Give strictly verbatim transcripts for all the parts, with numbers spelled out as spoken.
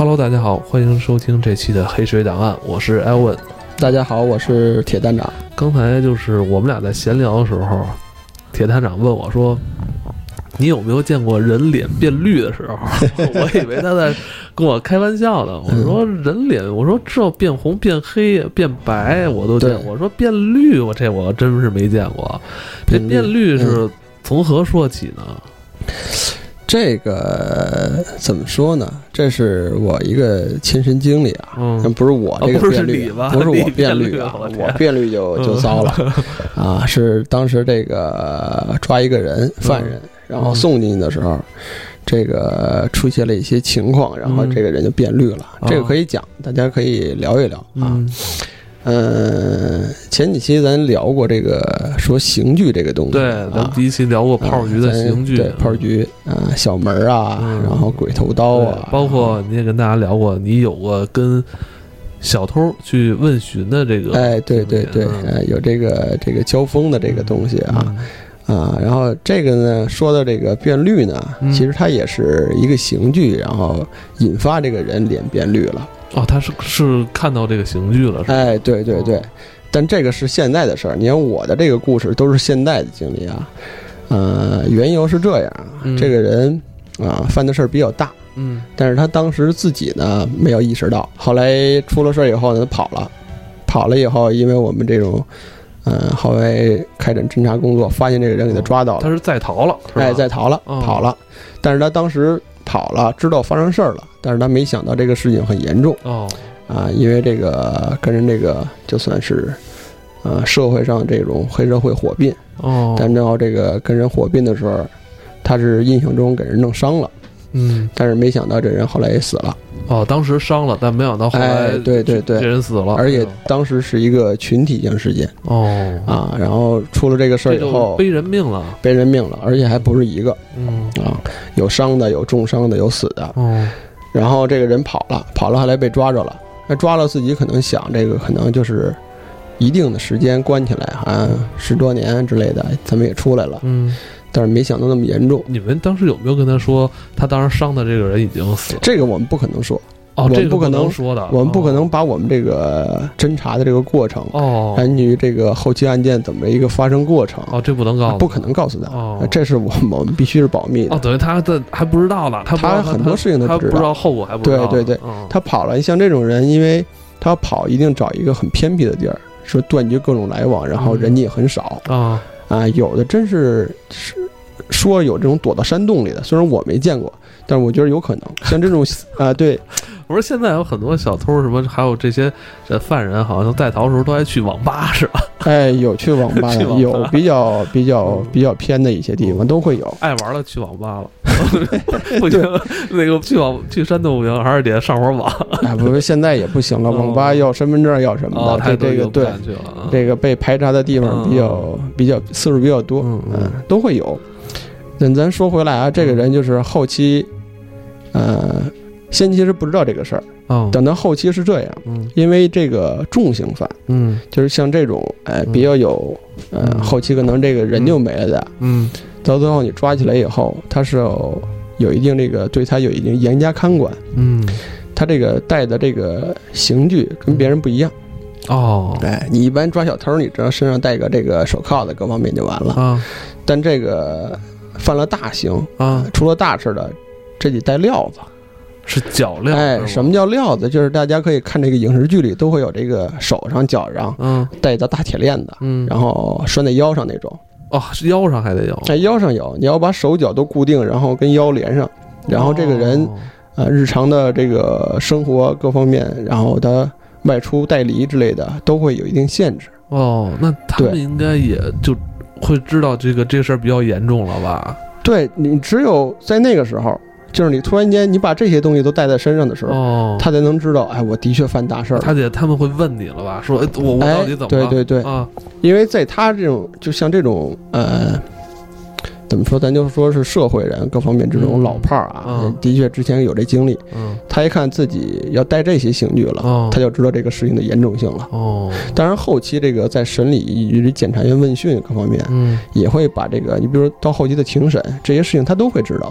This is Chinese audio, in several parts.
Hello， 大家好，欢迎收听这期的黑水档案，我是 Elvin。 大家好，我是铁蛋长。 刚才就是我们俩在闲聊的时候，铁蛋长问我说：“你有没有见过人脸变绿的时候？”我以为他在跟我开玩笑呢。我说人脸，我说这变红、变黑、变白我都见过，我说变绿，我这我真是没见过。这变绿是从何说起呢？ 这个怎么说呢？这是我一个亲身经历啊，嗯，不是我这个变绿， 哦、 不是我变绿啊，我变绿就就糟了、嗯、啊！是当时这个抓一个人犯人，嗯、然后送进去的时候，嗯、这个出现了一些情况，然后这个人就变绿了。嗯、这个可以讲，大家可以聊一聊啊。嗯嗯，前几期咱聊过这个说刑具这个东西， 对，咱们第一期聊过炮局的刑具， 啊、对，炮局啊，小门啊，嗯、然后鬼头刀啊， 包括你也跟大家聊过，你有过跟小偷去问询的这个， 哎，对对对，嗯、有这个这个交锋的这个东西啊。嗯啊，然后这个呢，说到这个变绿呢，嗯、其实它也是一个刑具，然后引发这个人脸变绿了。 哦，他是是看到这个刑具了，是吧？ 哎，对对对，哦、但这个是现在的事儿。你看我的这个故事都是现代的经历啊。呃，缘由是这样，嗯、这个人啊犯的事儿比较大，嗯，但是他当时自己呢没有意识到，后来出了事儿以后呢，他跑了，跑了以后，因为我们这种。嗯，后来开展侦查工作，发现这个人给他抓到了， 他是在逃了， 哎，在逃了，哦、跑了。但是他当时跑了，知道发生事儿了，但是他没想到这个事情很严重哦，啊，因为这个跟人这个就算是，呃，社会上这种黑社会火并哦，但正好这个跟人火并的时候，他是印象中给人弄伤了，嗯，但是没想到这人后来也死了。 哦，当时伤了，但没想到后来、 哎、对对对， 这人死了， 而且当时是一个群体性事件哦啊，然后出了这个事儿以后， 背人命了， 背人命了，而且还不是一个，嗯啊，有伤的，有重伤的，有死的，哦，然后这个人跑了，跑了后来被抓着了，那抓了自己可能想这个可能就是一定的时间关起来啊，十多年之类的，咱们也出来了，嗯。但是没想到那么严重。 你们当时有没有跟他说，他当时伤的这个人已经死了？ 这个我们不可能说。 哦，这个不可能说的。 我们不可能把我们这个侦查的这个过程，哦，根据这个后期案件怎么一个发生过程， 哦，这不能告诉， 不可能告诉他。哦，这是我们我们必须是保密的。 哦，等于他的还不知道呢，他他很多事情都不知道，他不知道后果还不知道。 对对对，哦、他跑了。像这种人，因为他跑一定找一个很偏僻的地儿，说断绝各种来往，然后人家也很少啊、嗯、啊，有的真是是。说有这种躲到山洞里的，虽然我没见过，但是我觉得有可能。像这种啊、呃，对， 我说现在有很多小偷什么，还有这些犯人，好像在逃的时候都还去网吧是吧？ 哎，有去网吧的，有比较比较比较偏的一些地方都会有。 爱玩了去网吧了，不行，那个去网去山洞不行，还是得上会儿网。 哎，不是，现在也不行了，网吧要身份证要什么的， 哦、 这这个对， 嗯、 这个被排查的地方比较、嗯、比较次数比较多，嗯嗯，都会有。那咱说回来啊，这个人就是后期，呃，先期是不知道这个事儿，哦，等到后期是这样，嗯，因为这个重刑犯，嗯，就是像这种，哎，比较有，呃，嗯、后期可能这个人就没了的，嗯，到最后你抓起来以后，他是有有一定这个对他有一定严加看管，嗯，他这个带的这个刑具跟别人不一样。哦，哎，你一般抓小偷，你只要身上带个这个手铐的，各方面就完了啊。但这个犯了大刑啊，出了大事的，这得带镣子， 是脚镣。 哎，什么叫镣子？就是大家可以看这个影视剧里都会有这个手上、脚上，嗯，带着大铁链子，嗯，然后拴在腰上那种。 哦，是腰上还得有？ 在腰上有，你要把手脚都固定，然后跟腰连上，然后这个人，哦、呃，日常的这个生活各方面，然后他外出带离之类的都会有一定限制。 哦，那他们应该也就会知道这个这个事儿比较严重了吧？ 对，你只有在那个时候，就是你突然间你把这些东西都带在身上的时候，哦，他才能知道，哎，我的确犯大事儿。 他得他们会问你了吧？说，哎，我我到底怎么了？ 哎、对对对啊，因为在他这种就像这种呃。怎么说？咱就说是社会人，各方面这种老炮儿啊，嗯、的确之前有这经历。嗯，他一看自己要带这些刑具了，哦、他就知道这个事情的严重性了。哦，当然后期这个在审理与检察院问讯各方面，嗯，也会把这个，你比如说到后期的庭审这些事情，他都会知道的。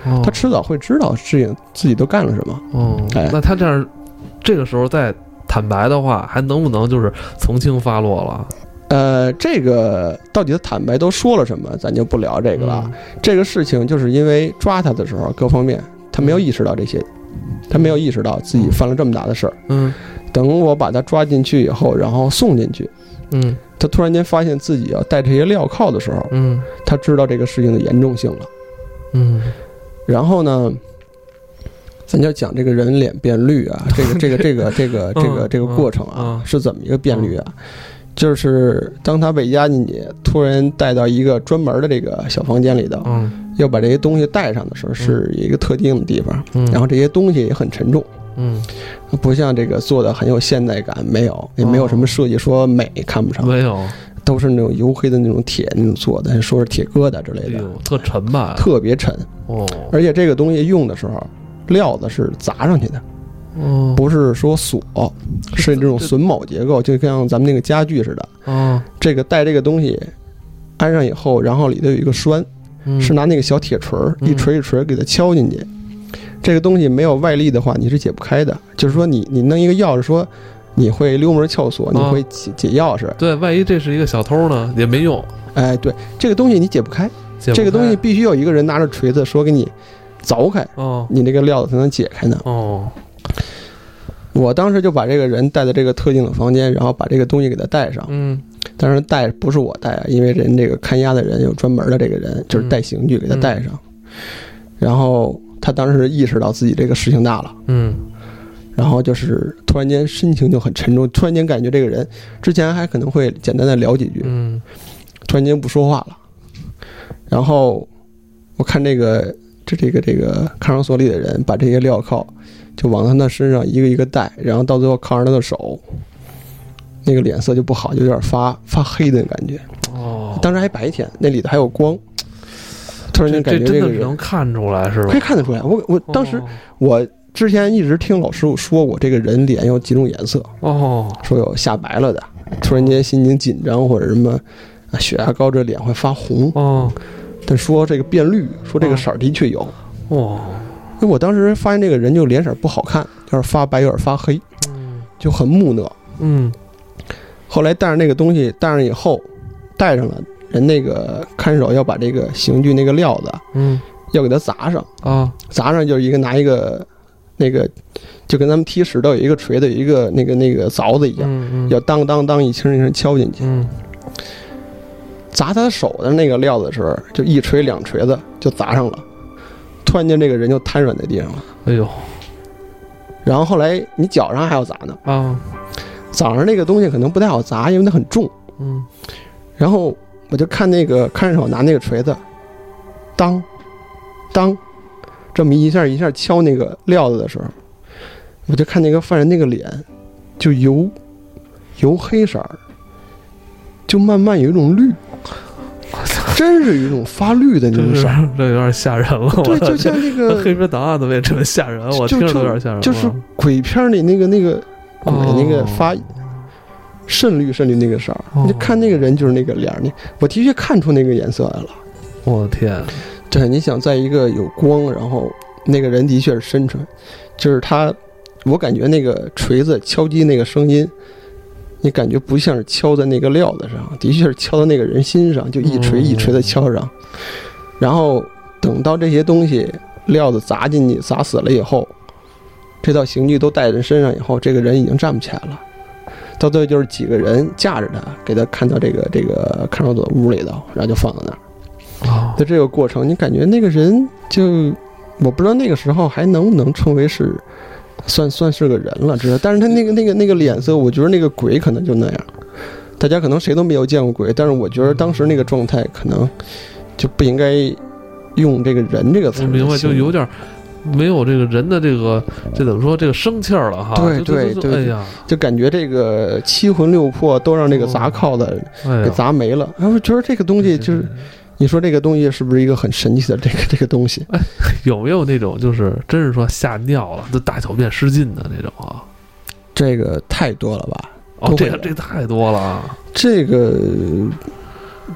哦、他迟早会知道事情自己都干了什么。 哦，哎，那他这样这个时候再坦白的话，还能不能就是从轻发落了？ 呃，这个到底他坦白都说了什么，咱就不聊这个了。嗯、这个事情就是因为抓他的时候，各方面他没有意识到这些，他没有意识到自己犯了这么大的事儿。嗯，等我把他抓进去以后，然后送进去，嗯，他突然间发现自己要带这些镣铐的时候，嗯，他知道这个事情的严重性了。嗯，然后呢，咱就讲这个人脸变绿啊，这个这个这个这个这个这个过程啊，是怎么一个变绿啊？就是当他被押进去，突然带到一个专门的这个小房间里头，嗯，要把这些东西带上的时候，是一个特定的地方，嗯，然后这些东西也很沉重，嗯，不像这个做的很有现代感，没有，也没有什么设计说美看不上， 没有， 都是那种黝黑的那种铁那种做的，说是铁疙瘩之类的， 哎、特沉吧， 特别沉哦，而且这个东西用的时候，料子是砸上去的。哦，不是说锁，是这种榫卯结构，就像咱们那个家具似的。哦，这个带这个东西安上以后，然后里头有一个栓，嗯、是拿那个小铁锤一锤一锤给它敲进去。嗯、这个东西没有外力的话，你是解不开的。就是说你，你你弄一个钥匙，说你会溜门撬锁，你会解、哦、解钥匙。 对，万一这是一个小偷呢，也没用。 哎，对，这个东西你解不开，解不开这个东西必须有一个人拿着锤子说给你凿开，哦，你那个料子才能解开呢。哦。我当时就把这个人带到这个特定的房间，然后把这个东西给他带上。嗯，当然带不是我带啊，因为人这个看押的人有专门的这个人，就是带刑具给他带上。嗯、然后他当时意识到自己这个事情大了。嗯，然后就是突然间心情就很沉重，突然间感觉这个人之前还可能会简单的聊几句，嗯，突然间不说话了。然后我看这个这这个这个看守所里的人把这些镣铐就往他那身上一个一个戴，然后到最后靠上他的手，那个脸色就不好，就有点发发黑的感觉。哦，当时还白天，那里头还有光。突然间感觉这个人真的能看出来是吧？ 可以看得出来。我我当时、哦、我之前一直听老师傅说过，这个人脸有几种颜色。哦，说有吓白了的，突然间心情紧张或者什么血压高，这脸会发红。哦，但说这个变绿，说这个色儿的确有。哦。因为我当时发现这个人就脸色不好看，有点发白，有点发黑，就很木讷。嗯，后来带上那个东西，带上以后，带上了人那个看守要把这个刑具那个料子，嗯，要给它砸上啊，砸上就是一个拿一个那个，就跟咱们踢石头有一个锤子，有一个那个那个凿子一样，嗯嗯、要当当当一声一声敲进去。嗯，砸他手的那个料子的时候，就一锤两锤子就砸上了。突然间这个人就瘫软在地上了，哎呦！然后后来你脚上还要砸呢啊，早上那个东西可能不太好砸，因为它很重，嗯。然后我就看那个看守拿那个锤子，当当，这么一下一下敲那个料子的时候，我就看那个犯人那个脸，就由由黑色，就慢慢有一种绿。真是有一种发绿的那种色， 这有点吓人了。 对，就像那个黑色档案的为这么吓人，我听着都有点吓人。 就是鬼片里那个那个鬼那个发深绿深绿那个色，你就看那个人就是那个脸，你我的确看出那个颜色来了。 我的天！ 对，你想在一个有光，然后那个人的确是深沉，就是他，我感觉那个锤子敲击那个声音。你感觉不像是敲在那个料子上，的确是敲到那个人心上，就一锤一锤的敲上。嗯、然后等到这些东西料子砸进去、砸死了以后，这套刑具都带在身上以后，这个人已经站不起来了。到最后就是几个人架着他，给他看到这个这个看守所屋里头，然后就放在那儿。哦，在这个过程，你感觉那个人就，我不知道那个时候还能不能称为是。算算是个人了，知道？但是他那个那个那个脸色，我觉得那个鬼可能就那样。大家可能谁都没有见过鬼，但是我觉得当时那个状态可能就不应该用这个人这个词。 明白，就有点没有这个人的这个这怎么说这个生气儿了哈。 对对对，哎呀，就感觉这个七魂六魄都让这个砸靠的给砸没了。然后觉得这个东西就是。你说这个东西是不是一个很神奇的这个这个东西？ 哎，有没有那种就是真是说吓尿了，就大小便失禁的那种啊？ 这个太多了吧？ 哦，这个这个太多了。 这个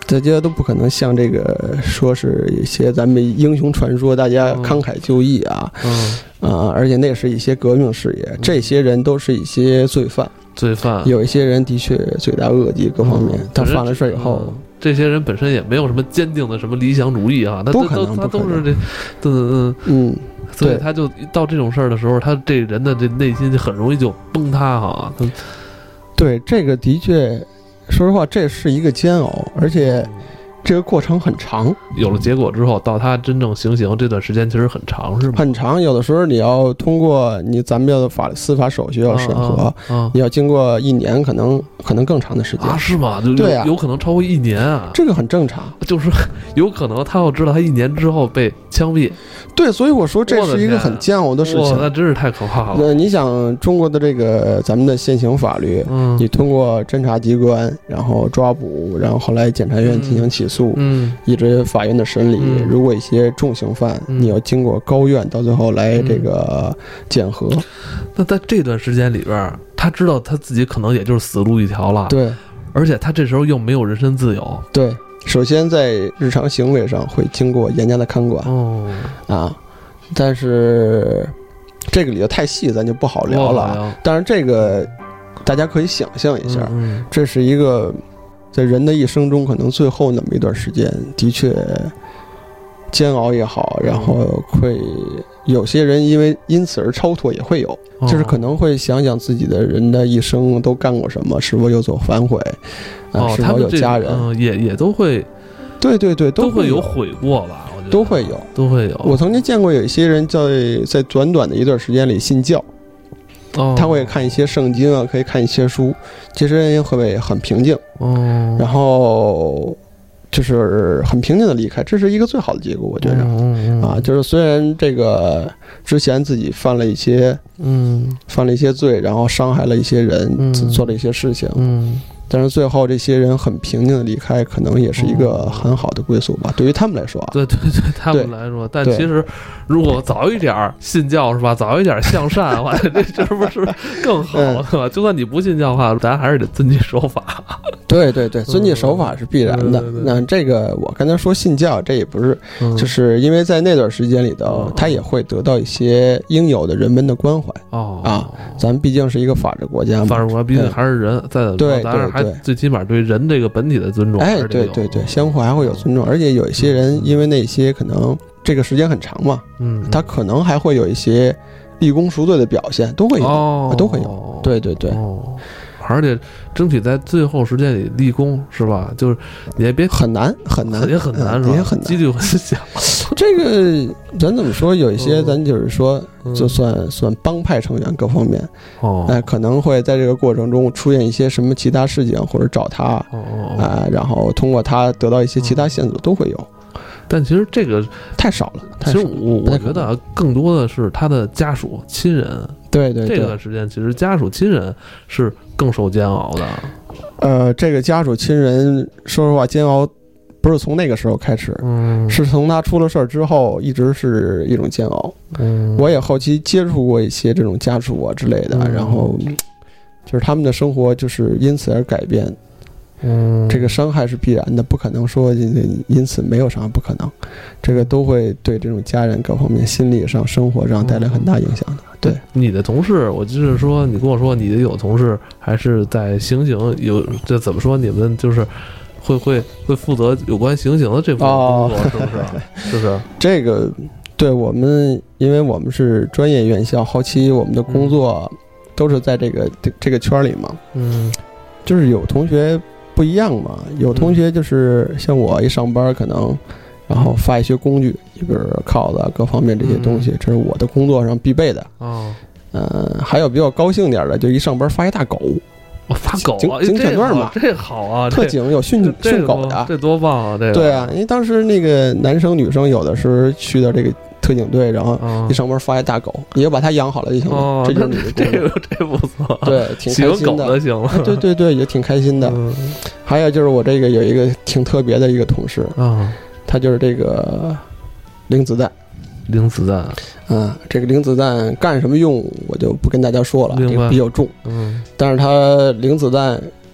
大家都不可能像这个说是一些咱们英雄传说，大家慷慨就义啊，嗯啊，而且那是一些革命事业，嗯、这些人都是一些罪犯， 罪犯有一些人的确罪大恶极，各方面，嗯、他犯了事以后。 嗯这些人本身也没有什么坚定的什么理想主义啊，他不可能， 他都是这，嗯嗯，所以他就到这种事儿的时候，他这人的这内心就很容易就崩塌哈。 对，这个的确，说实话，这是一个煎熬，而且这个过程很长。 有了结果之后，到他真正行刑这段时间其实很长，是吗？ 很长，有的时候你要通过你咱们要的法司法手续要审核，啊啊啊、你要经过一年，可能可能更长的时间啊？是吗？ 对啊， 有可能超过一年啊。 这个很正常， 就是有可能他要知道他一年之后被枪毙。 对，所以我说这是一个很煎熬的事情， 那真是太可怕了。 那你想中国的这个咱们的现行法律，嗯，你通过侦查机关，然后抓捕，然后后来检察院进行起诉， 嗯， 一直法院的审理， 嗯、 如果一些重刑犯，嗯、你要经过高院，到最后来这个检核。 嗯、那在这段时间里边，他知道他自己可能也就是死路一条了， 对， 而且他这时候又没有人身自由， 对。首先，在日常行为上会经过严加的看管， 哦， 啊，但是这个里头太细，咱就不好聊了。但是这个大家可以想象一下， 嗯嗯、 这是一个在人的一生中可能最后那么一段时间，的确煎熬也好，然后会有些人因为因此而超脱也会有， 哦、 就是可能会想想自己的人的一生都干过什么，是否有所反悔。 哦， 是否有家人， 嗯、也也都会， 对对对， 都会有悔过吧？我觉得都会有， 都会有。 我曾经见过有一些人在在短短的一段时间里信教， 哦， 他会看一些圣经啊，可以看一些书，其实人会很平静， 哦， 然后就是很平静的离开，这是一个最好的结果，我觉着， 嗯嗯、 啊，就是虽然这个之前自己犯了一些， 嗯， 犯了一些罪，然后伤害了一些人， 嗯、 做了一些事情， 嗯。 但是最后这些人很平静的离开，可能也是一个很好的归宿吧。哦、对于他们来说啊， 对对对，他们来说。但其实，如果早一点信教是吧，早一点向善的话，这这不是更好的吗？嗯、就算你不信教的话，咱还是得遵纪守法。 对对对，遵纪守法是必然的。 嗯、 那这个我刚才说信教，这也不是， 嗯、 就是因为在那段时间里头， 嗯、 他也会得到一些应有的人们的关怀。 哦啊，咱们毕竟是一个法治国家嘛， 法治国家毕竟还是人，在的对对对， 还最起码对人这个本体的尊重。 哎，对对对，相互还会有尊重，而且有一些人因为那些可能这个时间很长嘛， 嗯， 他可能还会有一些立功赎罪的表现，都会有， 哦、 都会有。对对对。 哦，而且争取在最后时间里立功，是吧？就是你也别很难很难， 也很难， 嗯、也很难， 几率很小。 这个咱怎么说？有一些咱就是说，就算、嗯、算帮派成员各方面， 哦， 哎、呃，可能会在这个过程中出现一些什么其他事情，或者找他， 哦哦， 啊、呃，然后通过他得到一些其他线索，都会有。 但其实这个太少了，太少了。其实我我觉得更多的是他的家属、亲人。 对对对， 这段时间其实家属、亲人是更受煎熬的。 呃，这个家属、亲人，说实话，煎熬不是从那个时候开始， 嗯， 是从他出了事儿之后，一直是一种煎熬。 嗯， 我也后期接触过一些这种家属啊之类的， 嗯、 然后就是他们的生活就是因此而改变。 嗯， 这个伤害是必然的，不可能说因此没有伤害，不可能，这个都会对这种家人各方面心理上、生活上带来很大影响的。对， 你的同事，我就是说，你跟我说你的有同事还是在行刑，有这怎么说？你们就是会会会负责有关行刑的这部分工作， 哦、 是不是？是不是？ 这个对我们，因为我们是专业院校，后期我们的工作都是在这个、嗯、这个圈里嘛。 嗯， 就是有同学。不一样嘛，有同学就是像我一上班可能，然后发一些工具，一个铐子各方面这些东西，这是我的工作上必备的。 哦， 嗯，还有比较高兴点的，就一上班发一大狗， 我发狗啊， 警犬队嘛， 这好啊， 特警有训训狗的， 这多棒啊！这个对啊，因为当时那个男生女生有的时候去到这个特警队，然后一上班发一大狗，你就把它养好了就行了。 哦， 这就是你的这个这不错， 对，挺开心的。 狗就行了。 对对对，也挺开心的。 嗯、 还有就是我这个有一个挺特别的一个同事啊、哦， 他就是这个零子弹。 零子弹， 嗯，这个零子弹干什么用，我就不跟大家说了，这个比较重。 嗯， 但是它零子弹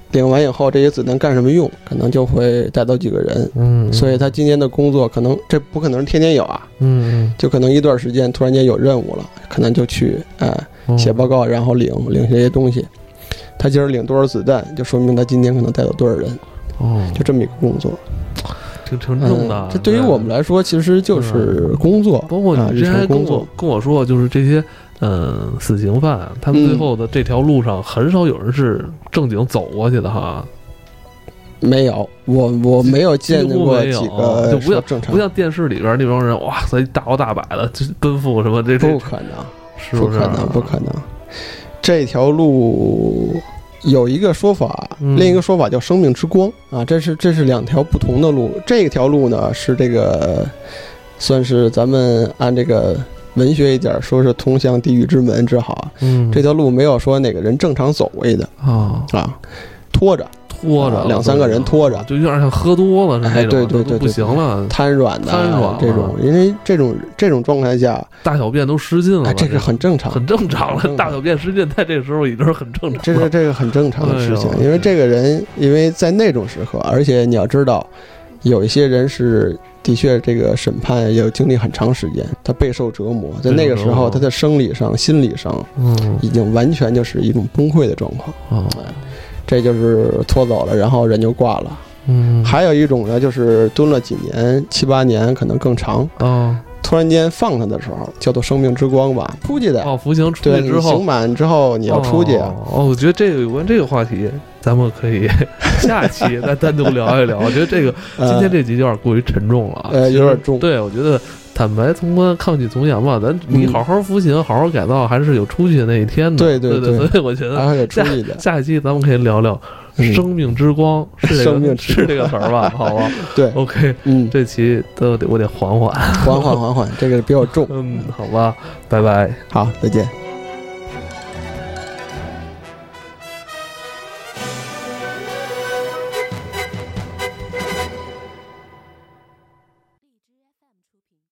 领完以后这些子弹干什么用，可能就会带走几个人。 嗯， 所以他今天的工作可能这不可能是天天有啊。 嗯， 就可能一段时间突然间有任务了，可能就去哎写报告，然后领领这些东西。他今儿领多少子弹，就说明他今天可能带走多少人。 哦， 就这么一个工作。 挺沉重的、 嗯，这对于我们来说其实就是工作， 包括你之前跟我、啊、跟我说，就是这些嗯死刑犯，他们最后的这条路上很少有人是正经走过去的哈。 没有，我我没有见过几个， 就不像正常， 不像电视里边那帮人，哇塞，大摇大摆的奔赴什么这， 不可能， 是不是？ 不可能，不可能。这条路有一个说法， 嗯、 另一个说法叫生命之光啊，这是这是两条不同的路。这条路呢是这个，算是咱们按这个文学一点说是通向地狱之门之好。 嗯， 这条路没有说哪个人正常走过的啊啊，拖着。 拖着、 啊、两三个人拖着， 就有点像喝多了似的， 哎，对对对， 不行了， 瘫软的， 瘫软这种，因为这种这种状态下， 大小便都失禁了， 哎，这个很正常， 很正常了。大小便失禁在这个时候已经是很正常， 这是这个很正常的事情。因为这个人，因为在那种时刻，而且你要知道，有一些人是的确这个审判要经历很长时间，他备受折磨，在那个时候，他的生理上、心理上， 嗯， 已经完全就是一种崩溃的状况啊。 这就是拖走了，然后人就挂了。 嗯， 还有一种呢，就是蹲了几年，七八年，可能更长。 哦， 突然间放他的时候，叫做生命之光吧，出去的。 哦，服刑出去之后， 刑满之后你要出去。 哦，哦我觉得这个有关这个话题，咱们可以下期再单独聊一聊。我觉得这个今天这集有点过于沉重了， 呃，有点重。 对，我觉得。坦白从宽，抗拒从严吧。咱你好好服刑，嗯、好好改造，还是有出去的那一天的。 对对对，所以我觉得下下一期咱们可以聊聊“生命之光” 嗯、 是这个是这个词儿吧？好吧。 对 ，OK， 嗯， 这期都得我得缓缓， 缓缓缓缓，这个比较重。 嗯，好吧，拜拜， 好，再见。